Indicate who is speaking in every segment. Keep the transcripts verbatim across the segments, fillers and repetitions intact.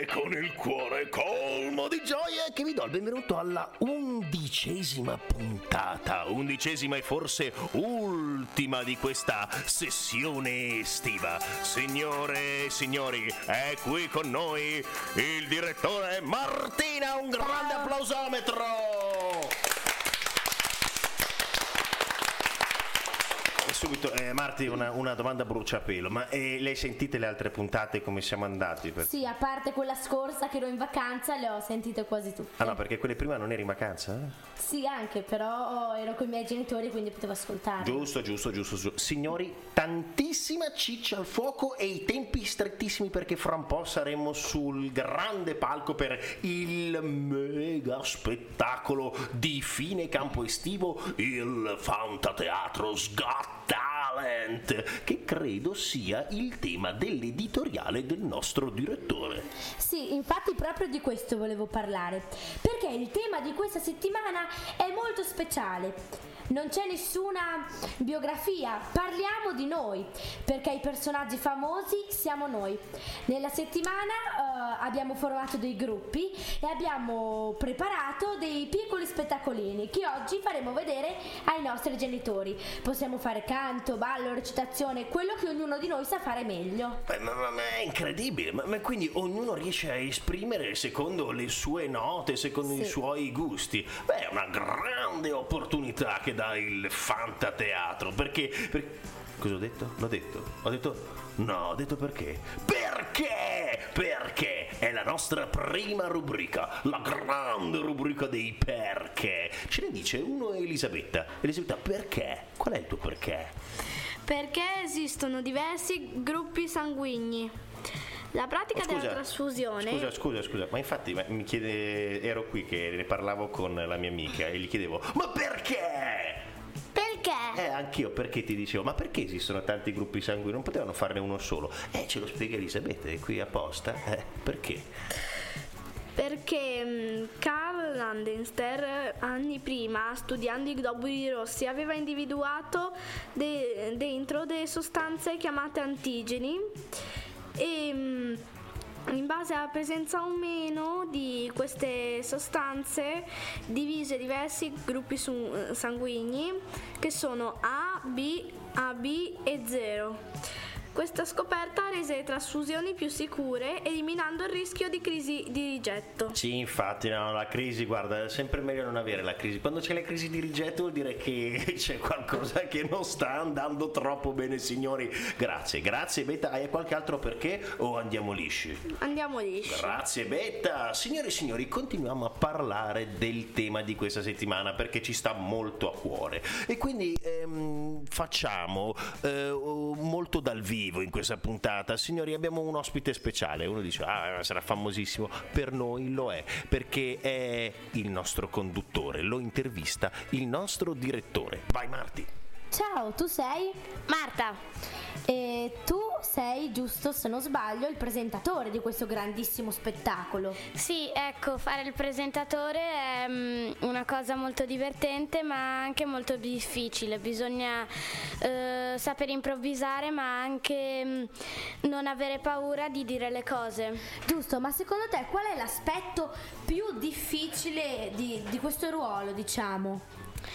Speaker 1: è con il cuore colmo di gioia che vi do il benvenuto alla undicesima puntata, undicesima e forse ultima di questa sessione estiva. Signore e signori, è qui con noi il direttore Martina, un grande applausometro! Subito, eh, Marti, una, una domanda a bruciapelo, ma eh, le hai sentite le altre puntate come siamo andati? Per...
Speaker 2: Sì, a parte quella scorsa che ero in vacanza, le ho sentite quasi tutte.
Speaker 1: Ah no, perché quelle prima non eri in vacanza? Eh?
Speaker 2: Sì, anche, però ero con i miei genitori, quindi potevo ascoltare.
Speaker 1: Giusto, giusto, giusto, giusto. Signori, tantissima ciccia al fuoco e i tempi strettissimi perché fra un po' saremo sul grande palco per il mega spettacolo di fine campo estivo, il Fantateatro Got Talent, che credo sia il tema dell'editoriale del nostro direttore.
Speaker 2: Sì, infatti proprio di questo volevo parlare, perché il tema di questa settimana è molto speciale. Non c'è nessuna biografia, parliamo di noi, perché i personaggi famosi siamo noi. Nella settimana uh, abbiamo formato dei gruppi e abbiamo preparato dei piccoli spettacolini che oggi faremo vedere ai nostri genitori. Possiamo fare canto, ballo, recitazione, quello che ognuno di noi sa fare meglio.
Speaker 1: Beh, ma, ma, ma è incredibile, ma, ma quindi ognuno riesce a esprimere secondo le sue note, secondo sì. i suoi gusti. Beh, è una grande opportunità che dà il Fantateatro, perché, perché... Cosa ho detto? L'ho detto? Ho detto... No, ho detto perché? Perché? Perché è la nostra prima rubrica, la grande rubrica dei perché. Ce ne dice uno Elisabetta. Elisabetta, perché? Qual è il tuo perché?
Speaker 3: Perché esistono diversi gruppi sanguigni. La pratica
Speaker 1: scusa,
Speaker 3: della trasfusione.
Speaker 1: Scusa, scusa, scusa, ma infatti ma mi chiede, ero qui che ne parlavo con la mia amica e gli chiedevo, ma perché?
Speaker 3: Perché?
Speaker 1: Eh, anch'io, perché ti dicevo, ma perché esistono tanti gruppi sanguigni? Non potevano farne uno solo? Eh, ce lo spiega Elisabetta, è qui apposta. Eh, perché?
Speaker 3: Perché um, Karl Landenster anni prima, studiando i globuli rossi, aveva individuato de- dentro delle sostanze chiamate antigeni e um, in base alla presenza o meno di queste sostanze divise diversi gruppi su- sanguigni che sono A, B, A B e zero. Questa scoperta rese le trasfusioni più sicure, eliminando il rischio di crisi di rigetto.
Speaker 1: Sì, infatti, no, la crisi, guarda, è sempre meglio non avere la crisi. Quando c'è la crisi di rigetto vuol dire che c'è qualcosa che non sta andando troppo bene, signori. Grazie, grazie Betta. Hai qualche altro perché o andiamo lisci?
Speaker 3: Andiamo lisci.
Speaker 1: Grazie Betta. Signori e signori, continuiamo a parlare del tema di questa settimana perché ci sta molto a cuore. E quindi ehm, facciamo eh, molto dal vivo in questa puntata. Signori, abbiamo un ospite speciale. Uno dice ah, sarà famosissimo. Per noi lo è, perché è il nostro conduttore, lo intervista il nostro direttore. Vai Marti.
Speaker 2: Ciao, tu sei?
Speaker 3: Marta.
Speaker 2: E tu sei, giusto se non sbaglio, il presentatore di questo grandissimo spettacolo.
Speaker 4: Sì, ecco, fare il presentatore è um, una cosa molto divertente ma anche molto difficile. Bisogna uh, saper improvvisare ma anche um, non avere paura di dire le cose.
Speaker 2: Giusto, ma secondo te qual è l'aspetto più difficile di, di questo ruolo, diciamo?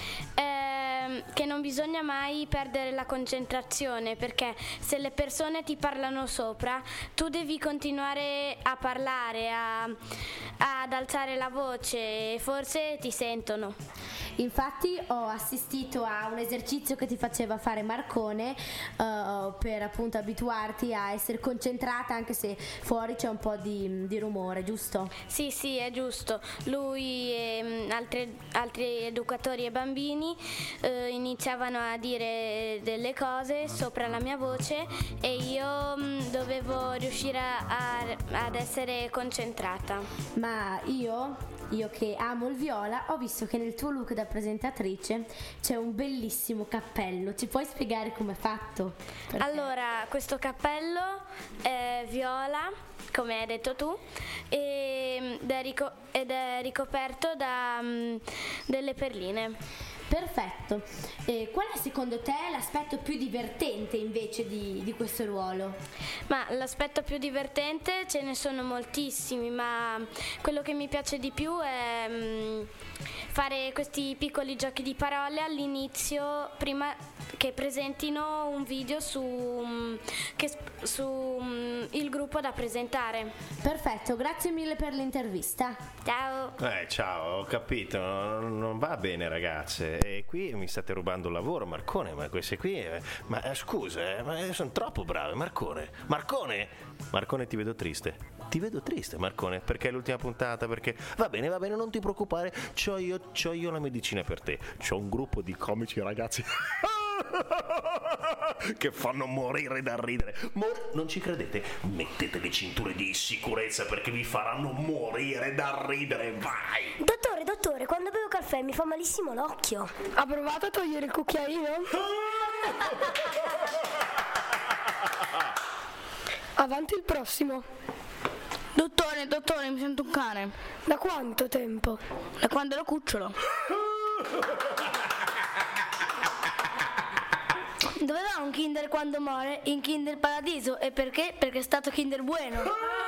Speaker 4: Eh, che non bisogna mai perdere la concentrazione, perché se le persone ti parlano sopra tu devi continuare a parlare, a, ad alzare la voce e forse ti sentono.
Speaker 2: Infatti ho assistito a un esercizio che ti faceva fare Marcone uh, per appunto abituarti a essere concentrata anche se fuori c'è un po' di, di rumore, giusto?
Speaker 4: Sì, sì, è giusto. Lui e um, altri, altri educatori e bambini uh, iniziavano a dire delle cose sopra la mia voce e io um, dovevo riuscire a, a, ad essere concentrata.
Speaker 2: Ma io... Io che amo il viola, ho visto che nel tuo look da presentatrice c'è un bellissimo cappello. Ci puoi spiegare com'è fatto? Perché?
Speaker 4: Allora, questo cappello è viola, come hai detto tu, ed è, rico- ed è ricoperto da um, delle perline.
Speaker 2: Perfetto. E qual è secondo te l'aspetto più divertente invece di, di questo ruolo?
Speaker 4: Ma l'aspetto più divertente ce ne sono moltissimi, ma quello che mi piace di più è mh, fare questi piccoli giochi di parole all'inizio, prima che presentino un video su, mh, che, su mh, il gruppo da presentare.
Speaker 2: Perfetto, grazie mille per l'intervista.
Speaker 4: Ciao!
Speaker 1: Eh, ciao, ho capito, non non va bene ragazze. E qui mi state rubando il lavoro, Marcone, ma queste qui, eh, ma eh, scusa, eh, ma sono troppo brave, Marcone. Marcone, Marcone, ti vedo triste. Ti vedo triste, Marcone, perché è l'ultima puntata, perché va bene, va bene, non ti preoccupare, c'ho io, c'ho io la medicina per te. C'ho un gruppo di comici ragazzi che fanno morire da ridere. Mor- non ci credete? Mettete le cinture di sicurezza perché vi faranno morire da ridere, vai!
Speaker 5: Dottore, dottore, quando bevo caffè mi fa malissimo l'occhio.
Speaker 6: Ha provato a togliere il cucchiaino? Avanti il prossimo.
Speaker 7: Dottore, dottore, mi sento un cane.
Speaker 6: Da quanto tempo?
Speaker 7: Da quando ero cucciolo. Dove va un Kinder quando muore? In Kinder Paradiso. E perché? Perché è stato Kinder Bueno.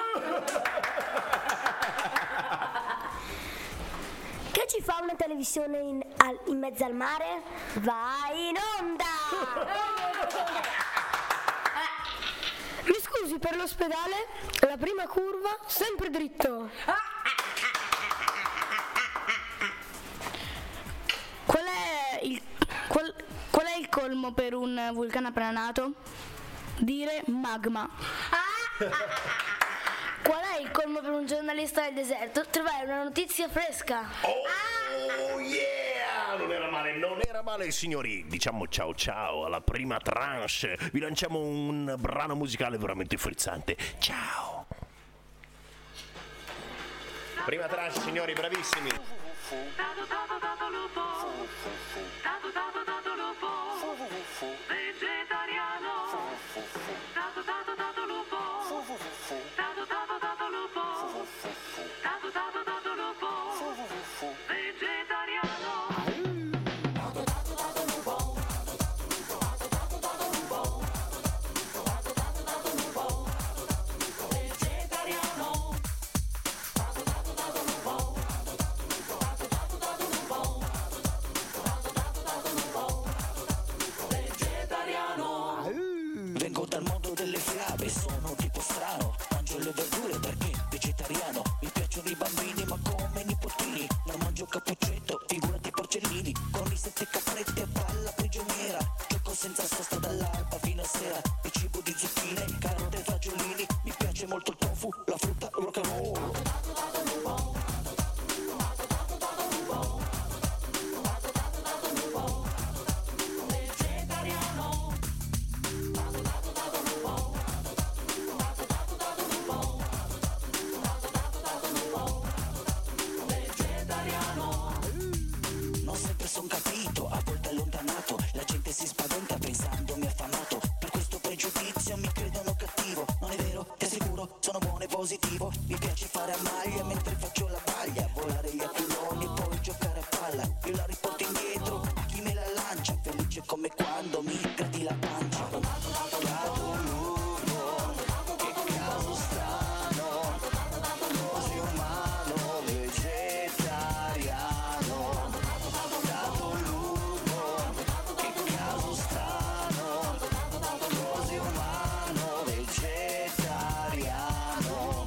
Speaker 5: Che ci fa una televisione in, al- in mezzo al mare? Vai in onda!
Speaker 6: Mi scusi per l'ospedale? La prima curva, sempre dritto.
Speaker 7: Qual è il qual, qual è il colmo per un vulcano appena nato? Dire magma. Qual è il colmo per un giornalista del deserto? Trovare una notizia fresca.
Speaker 1: Oh yeah! Non era male, non era male, signori. Diciamo ciao ciao alla prima tranche. Vi lanciamo un brano musicale veramente frizzante. Ciao! Prima tranche, signori, bravissimi.
Speaker 8: Vengo dal mondo delle fiabe, sono tipo strano. Mangio le verdure perché vegetariano. Mi piacciono i bambini ma come nipotini. Non mangio cappuccetto, figurati porcellini. Con i sette capretti a palla prigioniera. Gioco senza sosta dall'alba fino a sera. Il cibo di zucchine, carote e fagiolini. Mi piace molto il tofu, la frutta, rock and roll. Non sempre son capito, a volte allontanato. La gente si spaventa pensandomi affamato. Per questo pregiudizio mi credono cattivo. Non è vero, ti assicuro, sono buono e positivo. Mi piace fare a maglia mentre faccio la baglia. Volare gli aquiloni, poi giocare a palla. Io la riporto indietro, a chi me la lancia. Felice come quando mi gradi la pancia. Gato lungo, che caso strano. Così umano, vegetariano. Gato lungo, che caso strano. Così umano, vegetariano.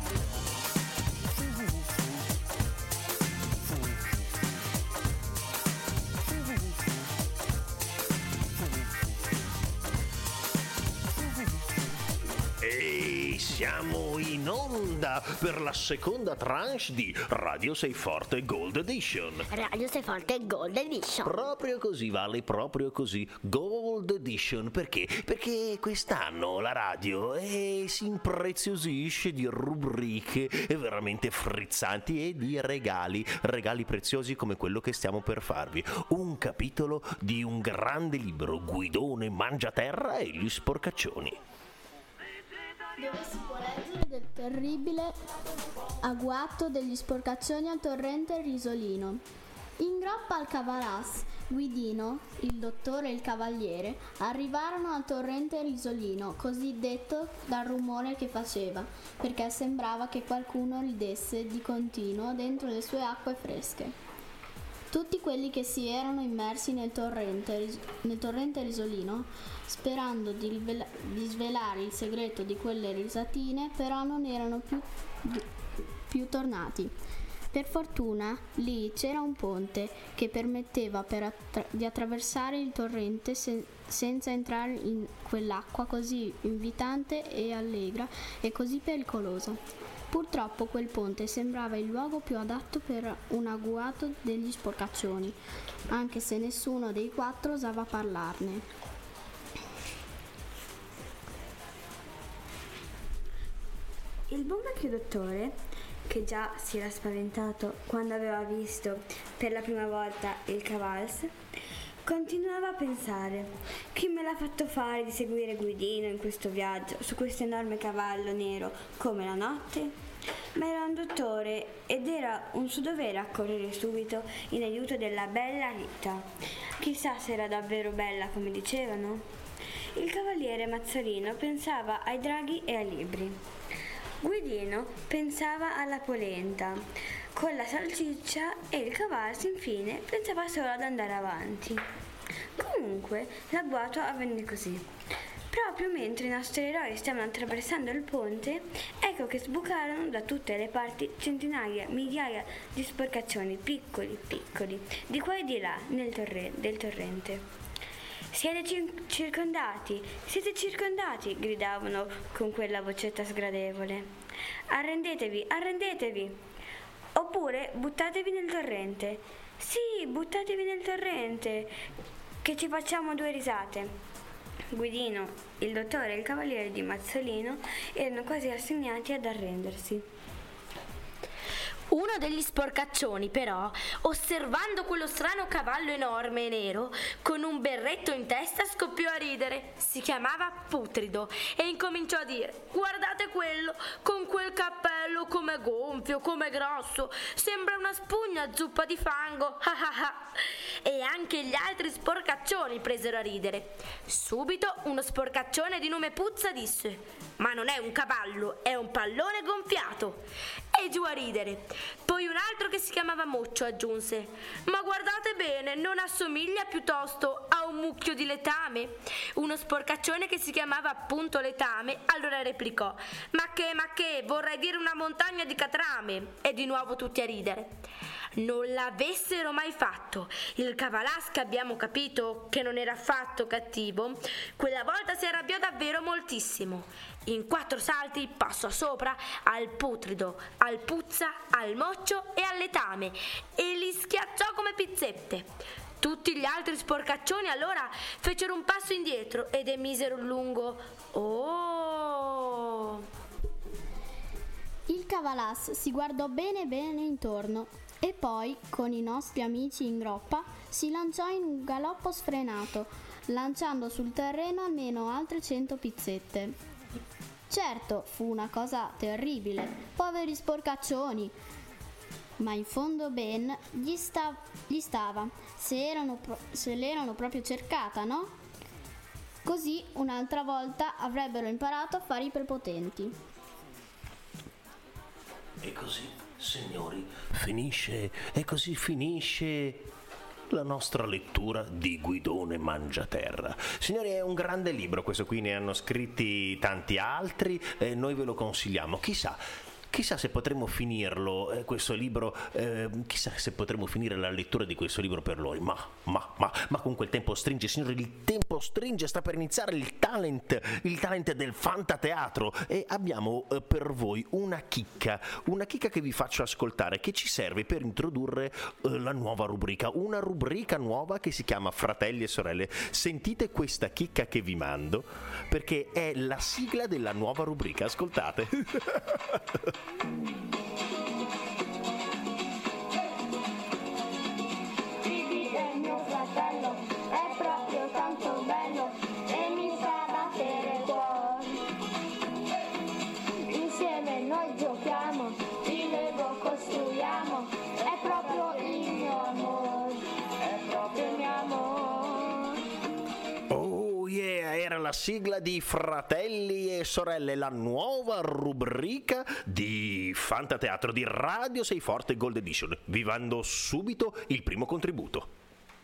Speaker 1: E siamo in onda per la seconda tranche di Radio Sei Forte Gold Edition.
Speaker 5: Radio Sei Forte Gold Edition.
Speaker 1: Proprio così, Vale, proprio così. Gold Edition, perché? Perché quest'anno la radio eh, si impreziosisce di rubriche veramente frizzanti e di regali, regali preziosi come quello che stiamo per farvi. Un capitolo di un grande libro, Guidone Mangiaterra e gli sporcaccioni.
Speaker 9: Dove si può leggere del terribile agguato degli sporcaccioni al torrente Risolino. In groppa al Cavalas, Guidino, il dottore e il cavaliere arrivarono al torrente risolino, così detto dal rumore che faceva, perché sembrava che qualcuno ridesse di continuo dentro le sue acque fresche. Tutti quelli che si erano immersi nel torrente, nel torrente risolino, sperando di, rivela- di svelare il segreto di quelle risatine, però non erano più, più tornati. Per fortuna lì c'era un ponte che permetteva per attra- di attraversare il torrente sen- senza entrare in quell'acqua così invitante e allegra e così pericolosa. Purtroppo quel ponte sembrava il luogo più adatto per un agguato degli sporcaccioni, anche se nessuno dei quattro osava parlarne.
Speaker 10: Il buon vecchio dottore, che già si era spaventato quando aveva visto per la prima volta il Cavals, continuava a pensare: chi me l'ha fatto fare di seguire Guidino in questo viaggio su questo enorme cavallo nero come la notte? Ma era un dottore ed era un suo dovere accorrere subito in aiuto della bella Rita. Chissà se era davvero bella come dicevano. Il cavaliere Mazzolino pensava ai draghi e ai libri. Guidino pensava alla polenta con la salsiccia e il Cavals infine pensava solo ad andare avanti. Comunque l'agguato avvenne così. Proprio mentre i nostri eroi stavano attraversando il ponte, ecco che sbucarono da tutte le parti centinaia, migliaia di sporcaccioni piccoli, piccoli, di qua e di là nel torre- del torrente. Siete cir- circondati, siete circondati, gridavano con quella vocetta sgradevole. Arrendetevi, arrendetevi, oppure buttatevi nel torrente. Sì, buttatevi nel torrente, che ci facciamo due risate. Guidino, il dottore e il cavaliere di Mazzolino erano quasi rassegnati ad arrendersi.
Speaker 2: Uno degli sporcaccioni, però, osservando quello strano cavallo enorme e nero, con un berretto in testa, scoppiò a ridere. Si chiamava Putrido e incominciò a dire: guardate quello, con quel cappello come gonfio, come grosso, sembra una spugna zuppa di fango. E anche gli altri sporcaccioni presero a ridere. Subito uno sporcaccione di nome Puzza disse: ma non è un cavallo, è un pallone gonfiato. E giù a ridere. Poi un altro che si chiamava Moccio aggiunse: ma guardate bene, non assomiglia piuttosto a un mucchio di letame? Uno sporcaccione che si chiamava appunto Letame allora replicò: ma che, ma che, vorrei dire una montagna di catrame. E di nuovo tutti a ridere. Non l'avessero mai fatto. Il Cavalas, che abbiamo capito che non era affatto cattivo, quella volta si arrabbiò davvero moltissimo. In quattro salti passò sopra al Putrido, al Puzza, al Moccio e al Letame e li schiacciò come pizzette. Tutti gli altri sporcaccioni allora fecero un passo indietro ed emisero un lungo "Oh".
Speaker 9: Il Cavalas si guardò bene bene intorno e poi, con i nostri amici in groppa, si lanciò in un galoppo sfrenato, lanciando sul terreno almeno altre cento pizzette. Certo, fu una cosa terribile, poveri sporcaccioni, ma in fondo ben gli, sta- gli stava, se, erano pro- se l'erano proprio cercata, no? Così un'altra volta avrebbero imparato a fare i prepotenti.
Speaker 1: E così, signori, finisce, e così finisce la nostra lettura di Guidone Mangiaterra. Signori, è un grande libro questo qui, ne hanno scritti tanti altri e noi ve lo consigliamo. Chissà Chissà se potremo finirlo, eh, questo libro, eh, chissà se potremo finire la lettura di questo libro per noi, ma, ma, ma, ma comunque il tempo stringe, signori, il tempo stringe, sta per iniziare il talent, il talent del fantateatro e abbiamo eh, per voi una chicca, una chicca che vi faccio ascoltare, che ci serve per introdurre eh, la nuova rubrica, una rubrica nuova che si chiama Fratelli e Sorelle. Sentite questa chicca che vi mando, perché è la sigla della nuova rubrica, ascoltate.
Speaker 11: Bibi è mio fratello, è proprio tanto bello e mi fa battere il cuore. Insieme noi giochiamo, il Lego costruiamo, è proprio il mio amore.
Speaker 1: sigla di Fratelli e Sorelle, la nuova rubrica di Fantateatro di Radio sei Forte Gold Edition, vivendo subito il primo contributo.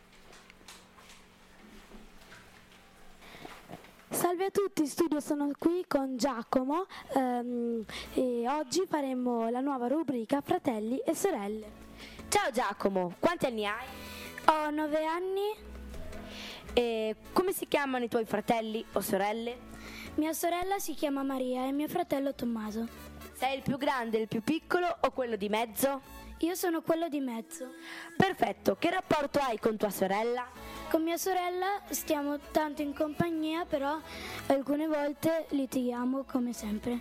Speaker 12: Salve a tutti, in studio sono qui con Giacomo ehm, e oggi faremo la nuova rubrica Fratelli e Sorelle.
Speaker 2: Ciao Giacomo, quanti anni hai?
Speaker 12: Ho nove anni.
Speaker 2: E come si chiamano i tuoi fratelli o sorelle?
Speaker 12: Mia sorella si chiama Maria e mio fratello Tommaso.
Speaker 2: Sei il più grande, il più piccolo o quello di mezzo?
Speaker 12: Io sono quello di mezzo.
Speaker 2: Perfetto, che rapporto hai con tua sorella?
Speaker 12: Con mia sorella stiamo tanto in compagnia, però alcune volte litighiamo come sempre.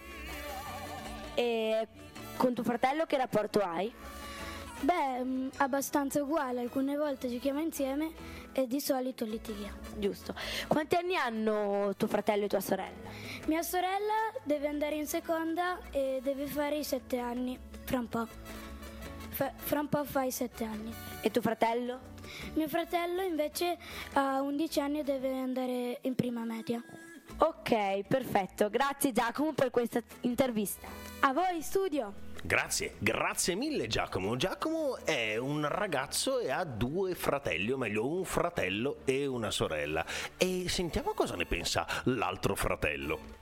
Speaker 2: E con tuo fratello che rapporto hai?
Speaker 12: Beh, mh, abbastanza uguale, alcune volte giochiamo insieme e di solito litighiamo.
Speaker 2: Giusto. Quanti anni hanno tuo fratello e tua sorella?
Speaker 12: Mia sorella deve andare in seconda e deve fare i sette anni, fra un po'. Fa, fra un po' fa i sette anni.
Speaker 2: E tuo fratello?
Speaker 12: Mio fratello invece ha undici anni e deve andare in prima media.
Speaker 2: Ok, perfetto. Grazie Giacomo per questa intervista.
Speaker 12: A voi studio.
Speaker 1: Grazie, grazie mille Giacomo. Giacomo è un ragazzo e ha due fratelli, o meglio un fratello e una sorella. E sentiamo cosa ne pensa l'altro fratello.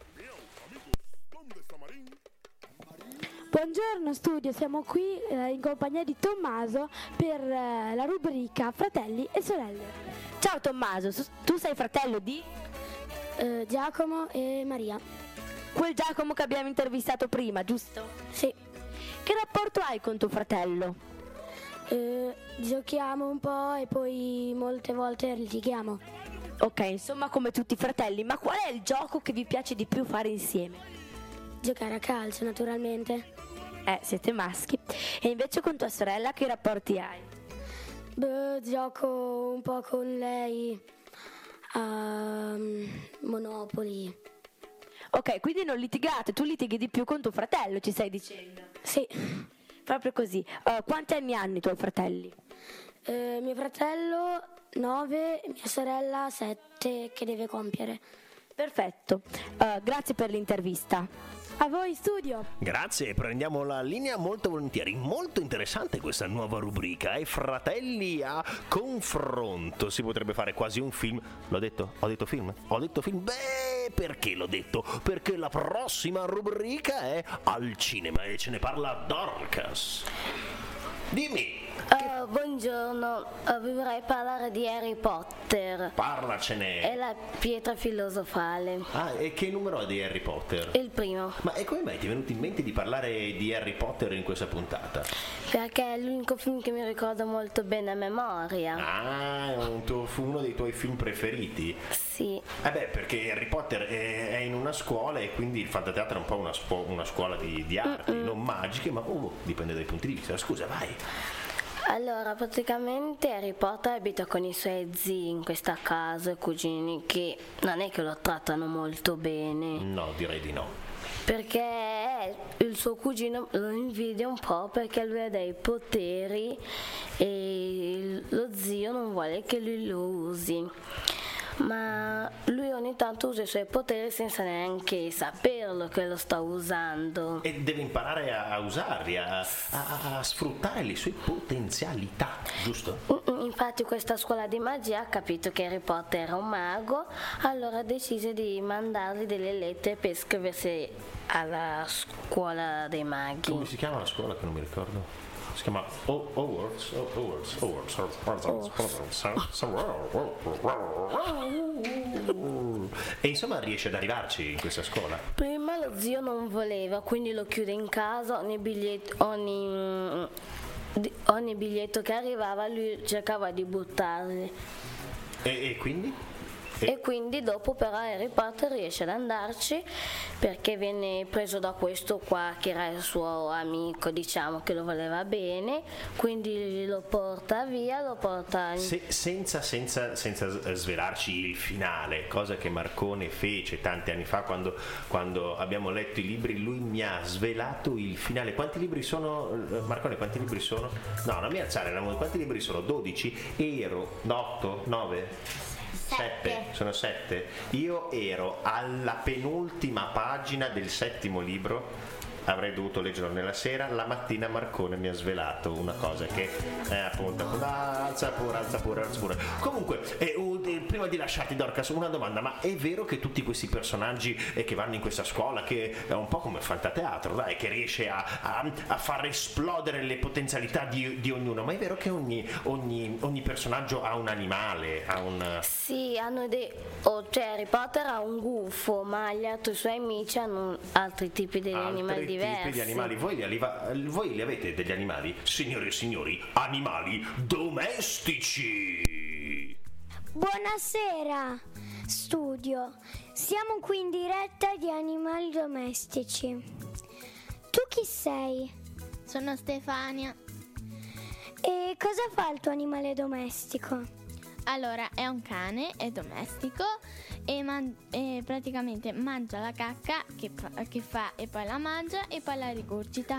Speaker 12: Buongiorno studio, siamo qui eh, in compagnia di Tommaso per eh, la rubrica Fratelli e Sorelle.
Speaker 2: Ciao Tommaso, tu sei fratello di?
Speaker 12: Eh, Giacomo e Maria.
Speaker 2: Quel Giacomo che abbiamo intervistato prima, giusto?
Speaker 12: Sì.
Speaker 2: Che rapporto hai con tuo fratello?
Speaker 12: Eh, giochiamo un po' e poi molte volte litighiamo.
Speaker 2: Ok, insomma come tutti i fratelli, ma qual è il gioco che vi piace di più fare insieme?
Speaker 12: Giocare a calcio, naturalmente.
Speaker 2: Eh, siete maschi. E invece con tua sorella che rapporti hai?
Speaker 12: Beh, gioco un po' con lei a um, Monopoli.
Speaker 2: Ok, quindi non litigate, tu litighi di più con tuo fratello, ci stai dicendo?
Speaker 12: Sì.
Speaker 2: Proprio così. Uh, quanti anni hanno i tuoi fratelli?
Speaker 12: Eh, mio fratello nove, mia sorella sette che deve compiere.
Speaker 2: Perfetto, uh, grazie per l'intervista.
Speaker 12: A voi studio.
Speaker 1: Grazie, prendiamo la linea molto volentieri. Molto interessante questa nuova rubrica. E fratelli a confronto. Si potrebbe fare quasi un film. L'ho detto? Ho detto film? Ho detto film? Beh, perché l'ho detto? Perché la prossima rubrica è al cinema e ce ne parla Dorcas. Dimmi.
Speaker 13: Uh, buongiorno, uh, vi vorrei parlare di Harry Potter.
Speaker 1: Parlacene.
Speaker 13: È la pietra filosofale.
Speaker 1: Ah, e che numero è di Harry Potter?
Speaker 13: Il primo.
Speaker 1: Ma e come mai ti è venuto in mente di parlare di Harry Potter in questa puntata?
Speaker 13: Perché è l'unico film che mi ricordo molto bene a memoria.
Speaker 1: Ah, è un tuo, uno dei tuoi film preferiti?
Speaker 13: Sì.
Speaker 1: Eh beh, perché Harry Potter è, è in una scuola e quindi il fantateatro è un po' una, spo, una scuola di, di arti, Mm-mm. non magiche, ma oh, dipende dai punti di vista. Scusa, vai.
Speaker 13: Allora, praticamente Harry Potter abita con i suoi zii in questa casa, i cugini, che non è che lo trattano molto bene.
Speaker 1: No, direi di no.
Speaker 13: Perché il suo cugino lo invidia un po' perché lui ha dei poteri e lo zio non vuole che lui lo usi. Ma lui ogni tanto usa i suoi poteri senza neanche saperlo che lo sta usando.
Speaker 1: E deve imparare a, a usarli, a, a, a sfruttare le sue potenzialità, giusto?
Speaker 13: Infatti questa scuola di magia ha capito che Harry Potter era un mago, allora decise di mandargli delle lettere per iscriversi alla scuola dei maghi.
Speaker 1: Come si chiama la scuola che non mi ricordo? Si chiama Hogwarts, Hogwarts, Hogwarts, e insomma riesce ad arrivarci in questa scuola.
Speaker 13: Prima lo zio non voleva, quindi lo chiude in casa, ogni biglietto, ogni, ogni biglietto che arrivava lui cercava di buttarli.
Speaker 1: E, e quindi?
Speaker 13: E quindi dopo però Harry Potter riesce ad andarci perché viene preso da questo qua che era il suo amico, diciamo, che lo voleva bene, quindi lo porta via, lo porta in...
Speaker 1: Se, senza, senza, senza svelarci il finale, cosa che Marcone fece tanti anni fa quando, quando abbiamo letto i libri, lui mi ha svelato il finale. Quanti libri sono, Marcone, quanti libri sono? No, non mi alzare, quanti libri sono? dodici? Ero, otto, nove? Sette. Sono sette? Io ero alla penultima pagina del settimo libro. Avrei dovuto leggerlo nella sera. La mattina Marcone mi ha svelato una cosa che eh, appunto, appunto ah, alza pure, alza pure, alza pure. Comunque, eh, uh, eh, prima di lasciarti Dorcas, una domanda: ma è vero che tutti questi personaggi eh, che vanno in questa scuola, che è un po' come fantateatro, dai, che riesce a, a, a far esplodere le potenzialità di, di ognuno, ma è vero che ogni, ogni, ogni personaggio ha un animale, ha un...
Speaker 13: Sì, hanno dei... Oh, cioè Harry Potter ha un gufo, ma gli altri suoi amici hanno altri tipi di
Speaker 1: altri
Speaker 13: animali diversi.
Speaker 1: Tipi di animali. Voi li, aliva... Voi li avete degli animali? Signore e signori, animali domestici!
Speaker 5: Buonasera, studio. Siamo qui in diretta di animali domestici. Tu chi sei?
Speaker 9: Sono Stefania.
Speaker 5: E cosa fa il tuo animale domestico?
Speaker 9: Allora, è un cane, è domestico e, man- e praticamente mangia la cacca che fa, che fa e poi la mangia e poi la rigurgita.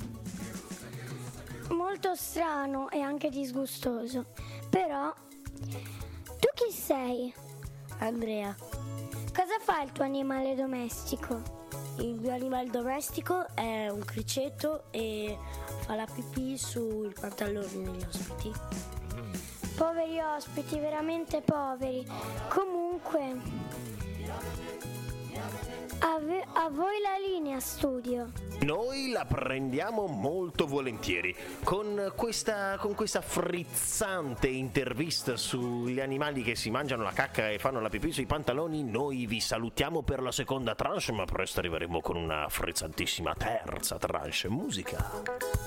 Speaker 5: Molto strano e anche disgustoso. Però, tu chi sei?
Speaker 13: Andrea.
Speaker 5: Cosa fa il tuo animale domestico?
Speaker 13: Il mio animale domestico è un criceto e fa la pipì sui pantaloni degli ospiti.
Speaker 5: Poveri ospiti, veramente poveri. Comunque, a, ve- a voi la linea, studio.
Speaker 1: Noi la prendiamo molto volentieri con questa, con questa frizzante intervista sugli animali che si mangiano la cacca e fanno la pipì sui pantaloni. Noi vi salutiamo per la seconda tranche, ma presto arriveremo con una frizzantissima terza tranche. Musica.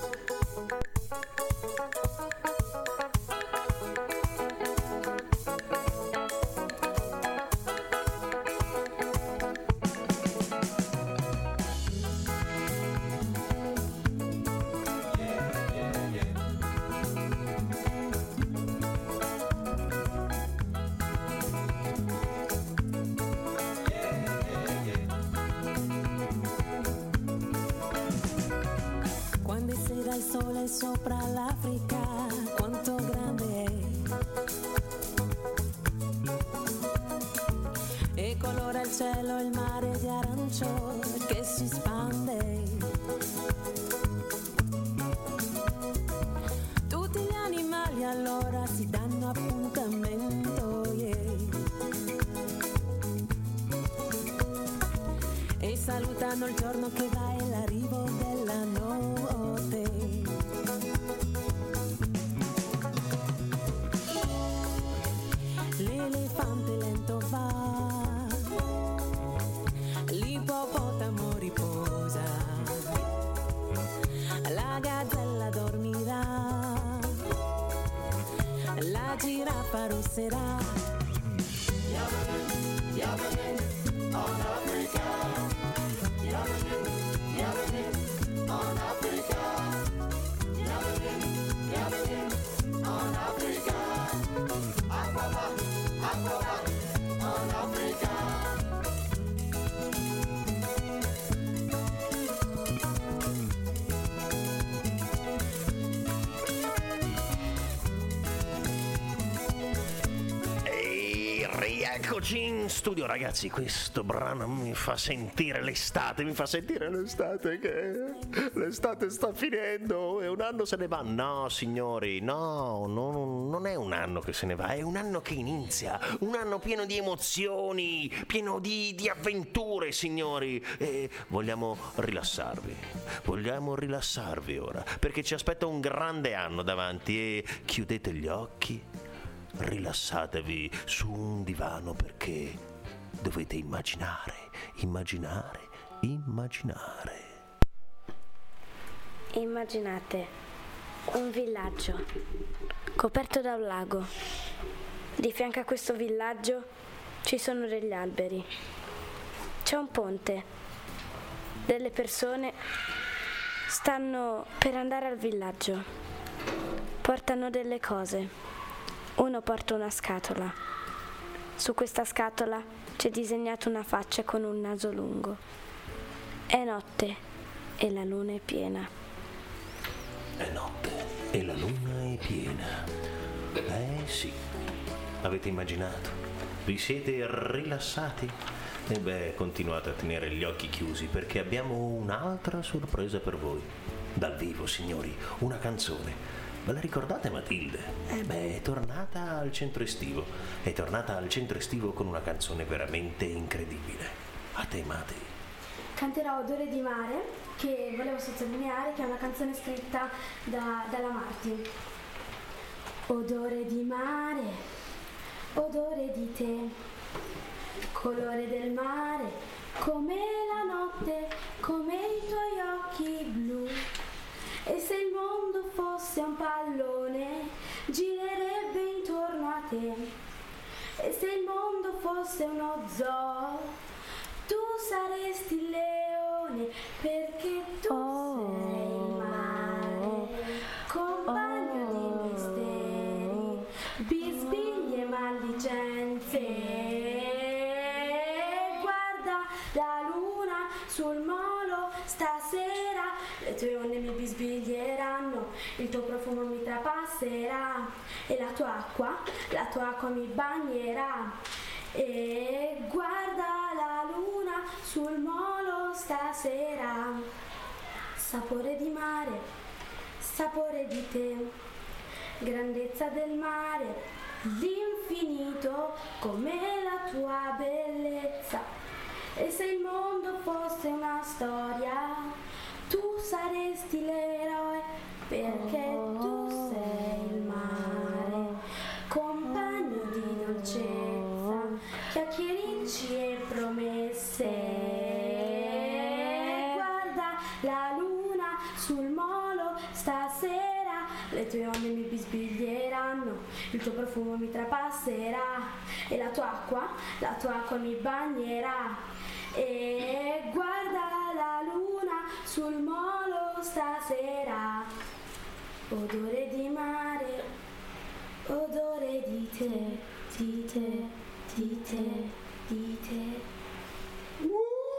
Speaker 14: Sopra l'Africa, quanto grande è, e colora il cielo il mare di arancio che si spande. Tutti gli animali allora si danno appuntamento, yeah. E salutano il giorno che va e l'arrivo della notte. L'elefante lento va, l'ippopotamo riposa, la gazzella dormirà, la giraffa russerà. On Africa, on Africa, on Africa, Aquaba, Aquaba, on Africa.
Speaker 1: Eccoci in studio, ragazzi. Questo brano mi fa sentire l'estate, mi fa sentire l'estate, che l'estate sta finendo e un anno se ne va. No, signori, no, no, non è un anno che se ne va, è un anno che inizia, un anno pieno di emozioni, pieno di, di avventure, signori. E vogliamo rilassarvi, vogliamo rilassarvi ora, perché ci aspetta un grande anno davanti e chiudete gli occhi. Rilassatevi su un divano perché dovete immaginare, immaginare, immaginare.
Speaker 13: Immaginate un villaggio coperto da un lago. Di fianco a questo villaggio ci sono degli alberi. C'è un ponte. Delle persone stanno per andare al villaggio. Portano delle cose. Uno porta una scatola. Su questa scatola c'è disegnata una faccia con un naso lungo. È notte e la luna è piena.
Speaker 1: È notte e la luna è piena. Eh sì, Avete immaginato? Vi siete rilassati? E beh, continuate a tenere gli occhi chiusi perché abbiamo un'altra sorpresa per voi. Dal vivo, signori, una canzone. Ve la ricordate Matilde? Eh beh, è tornata al centro estivo. È tornata al centro estivo con una canzone veramente incredibile. A te, Mati.
Speaker 15: Canterò Odore di mare, che volevo sottolineare che è una canzone scritta da, dalla Martin. Odore di mare, odore di te, colore del mare, come la notte, come i tuoi occhi blu. E se il mondo fosse un pallone, girerebbe intorno a te. E se il mondo fosse uno zoo, tu saresti il leone, perché tu oh. sei il mare, compagno oh. di misteri, bisbiglie e maldicenze. Guarda la luna sul molo stasera, le tue onde mi bisbiglieranno, il tuo profumo mi trapasserà e la tua acqua, la tua acqua mi bagnerà. E guarda la luna sul molo stasera, sapore di mare, sapore di te, grandezza del mare, l'infinito come la tua bellezza. E se il mondo fosse una storia, tu saresti l'eroe, perché tu sei il mare, compagno di dolcezza, chiacchiericci e promesse. Guarda la luna sul molo stasera, le tue onde mi bisbiglieranno, il tuo profumo mi trapasserà e la tua acqua, la tua acqua mi bagnerà. E guarda la luna sul molo stasera, odore di mare, odore di te, di te, di te, di te. Uh!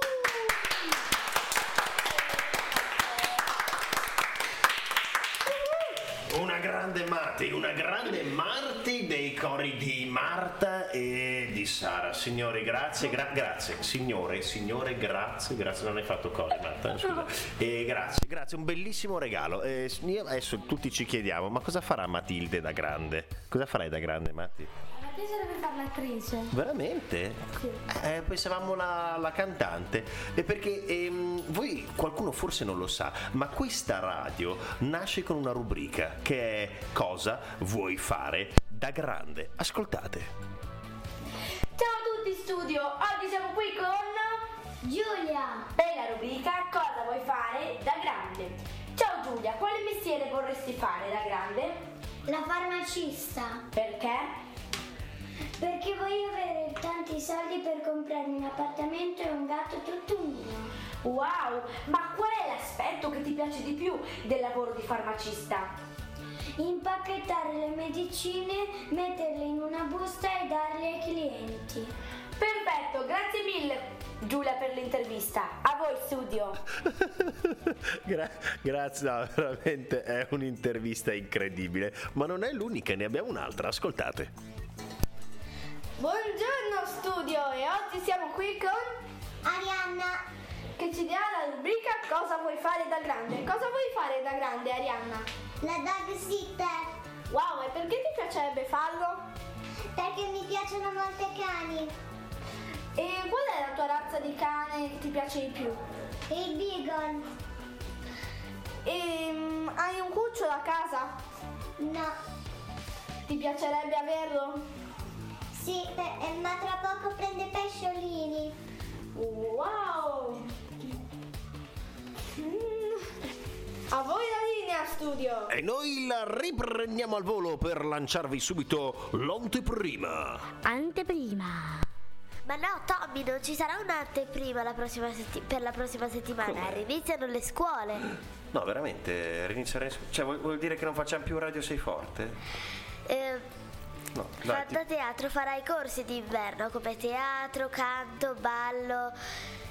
Speaker 1: Una grande Mati, una grande Marti dei cori di Marta e di Sara. Signori, grazie, gra- grazie. Signore, signore, grazie, grazie. Non hai fatto cori, Marta, scusa. E grazie, grazie, un bellissimo regalo. E adesso tutti ci chiediamo, ma cosa farà Matilde da grande? Cosa farai da grande, Matti?
Speaker 15: Mi piacerebbe fare l'attrice.
Speaker 1: Veramente?
Speaker 15: Sì.
Speaker 1: Eh, pensavamo la, la cantante. E perché ehm, voi, qualcuno forse non lo sa, ma questa radio nasce con una rubrica che è Cosa vuoi fare da grande? Ascoltate.
Speaker 2: Ciao a tutti studio, oggi siamo qui con
Speaker 5: Giulia
Speaker 2: e la rubrica Cosa vuoi fare da grande? Ciao Giulia, quale mestiere vorresti fare da grande?
Speaker 5: La farmacista.
Speaker 2: Perché?
Speaker 5: Perché voglio avere tanti soldi per comprarmi un appartamento e un gatto tutto mio.
Speaker 2: Wow, ma qual è l'aspetto che ti piace di più del lavoro di farmacista?
Speaker 5: Impacchettare le medicine, metterle in una busta e darle ai clienti.
Speaker 2: Perfetto, grazie mille Giulia per l'intervista. A voi studio.
Speaker 1: Gra- grazie, no, veramente è un'intervista incredibile, ma non è l'unica, ne abbiamo un'altra, ascoltate.
Speaker 3: Buongiorno studio e oggi siamo qui con
Speaker 5: Arianna
Speaker 3: che ci dirà la rubrica Cosa vuoi fare da grande. Cosa vuoi fare da grande, Arianna?
Speaker 5: La dog sitter.
Speaker 3: Wow, e perché ti piacerebbe farlo?
Speaker 5: Perché mi piacciono molto i cani.
Speaker 3: E qual è la tua razza di cane che ti piace di più?
Speaker 5: Il beagle.
Speaker 3: E um, hai un cucciolo a casa?
Speaker 5: No.
Speaker 3: Ti piacerebbe averlo?
Speaker 5: Sì, per, eh, ma tra poco prende pesciolini.
Speaker 3: Wow! Mm. A voi la linea studio.
Speaker 1: E noi la riprendiamo al volo per lanciarvi subito l'anteprima.
Speaker 5: Anteprima. Ma no, Tommy, non ci sarà un'anteprima la prossima setti- per la prossima settimana.
Speaker 1: Come?
Speaker 5: Riniziano le scuole.
Speaker 1: No, veramente, riniziare. Cioè, vuol, vuol dire che non facciamo più Radio Sei Forte?
Speaker 5: Eh,
Speaker 1: No, dai, ti-
Speaker 5: Fantateatro farà i corsi d'inverno come teatro, canto, ballo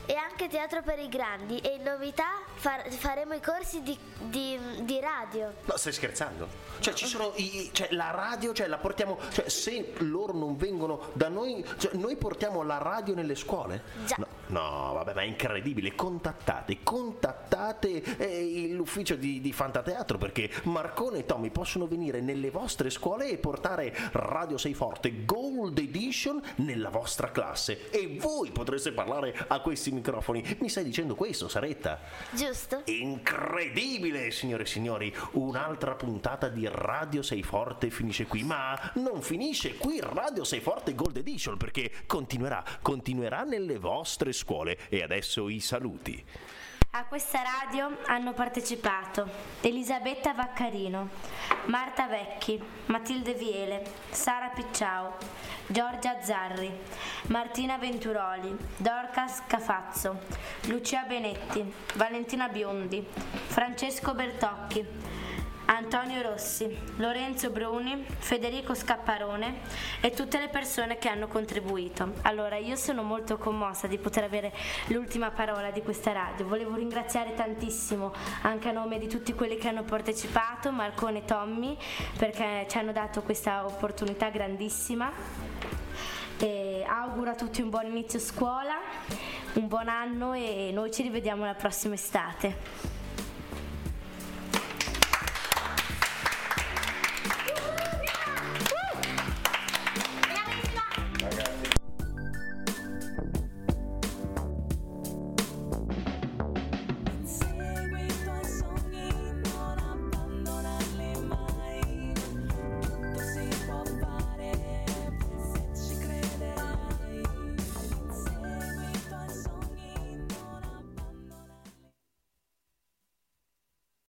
Speaker 16: e anche teatro per i grandi, e in novità far- faremo i corsi di, di, di radio.
Speaker 1: No, stai scherzando? Cioè ci sono i, cioè la radio, cioè la portiamo, cioè se loro non vengono da noi, cioè noi portiamo la radio nelle scuole?
Speaker 16: Già.
Speaker 1: No, no, vabbè, ma è incredibile. Contattate, contattate eh, l'ufficio di, di Fantateatro, perché Marcone e Tommy possono venire nelle vostre scuole e portare Radio Sei Forte Gold Edition nella vostra classe, e voi potreste parlare a questi microfoni. Mi stai dicendo questo, Saretta?
Speaker 16: Giusto?
Speaker 1: Incredibile, signore e signori, un'altra puntata di Radio Sei Forte finisce qui, ma non finisce qui Radio Sei Forte Gold Edition, perché continuerà, continuerà nelle vostre scuole. E adesso i saluti.
Speaker 2: A questa radio hanno partecipato Elisabetta Vaccarino, Marta Vecchi, Matilde Viele, Sara Picciao, Giorgia Zarri, Martina Venturoli, Dorcas Cafazzo, Lucia Benetti, Valentina Biondi, Francesco Bertocchi, Antonio Rossi, Lorenzo Bruni, Federico Scapparone e tutte le persone che hanno contribuito. Allora, io sono molto commossa di poter avere l'ultima parola di questa radio. Volevo ringraziare tantissimo, anche a nome di tutti quelli che hanno partecipato, Marcone e Tommy, perché ci hanno dato questa opportunità grandissima. E auguro a tutti un buon inizio scuola, un buon anno, e noi ci rivediamo la prossima estate.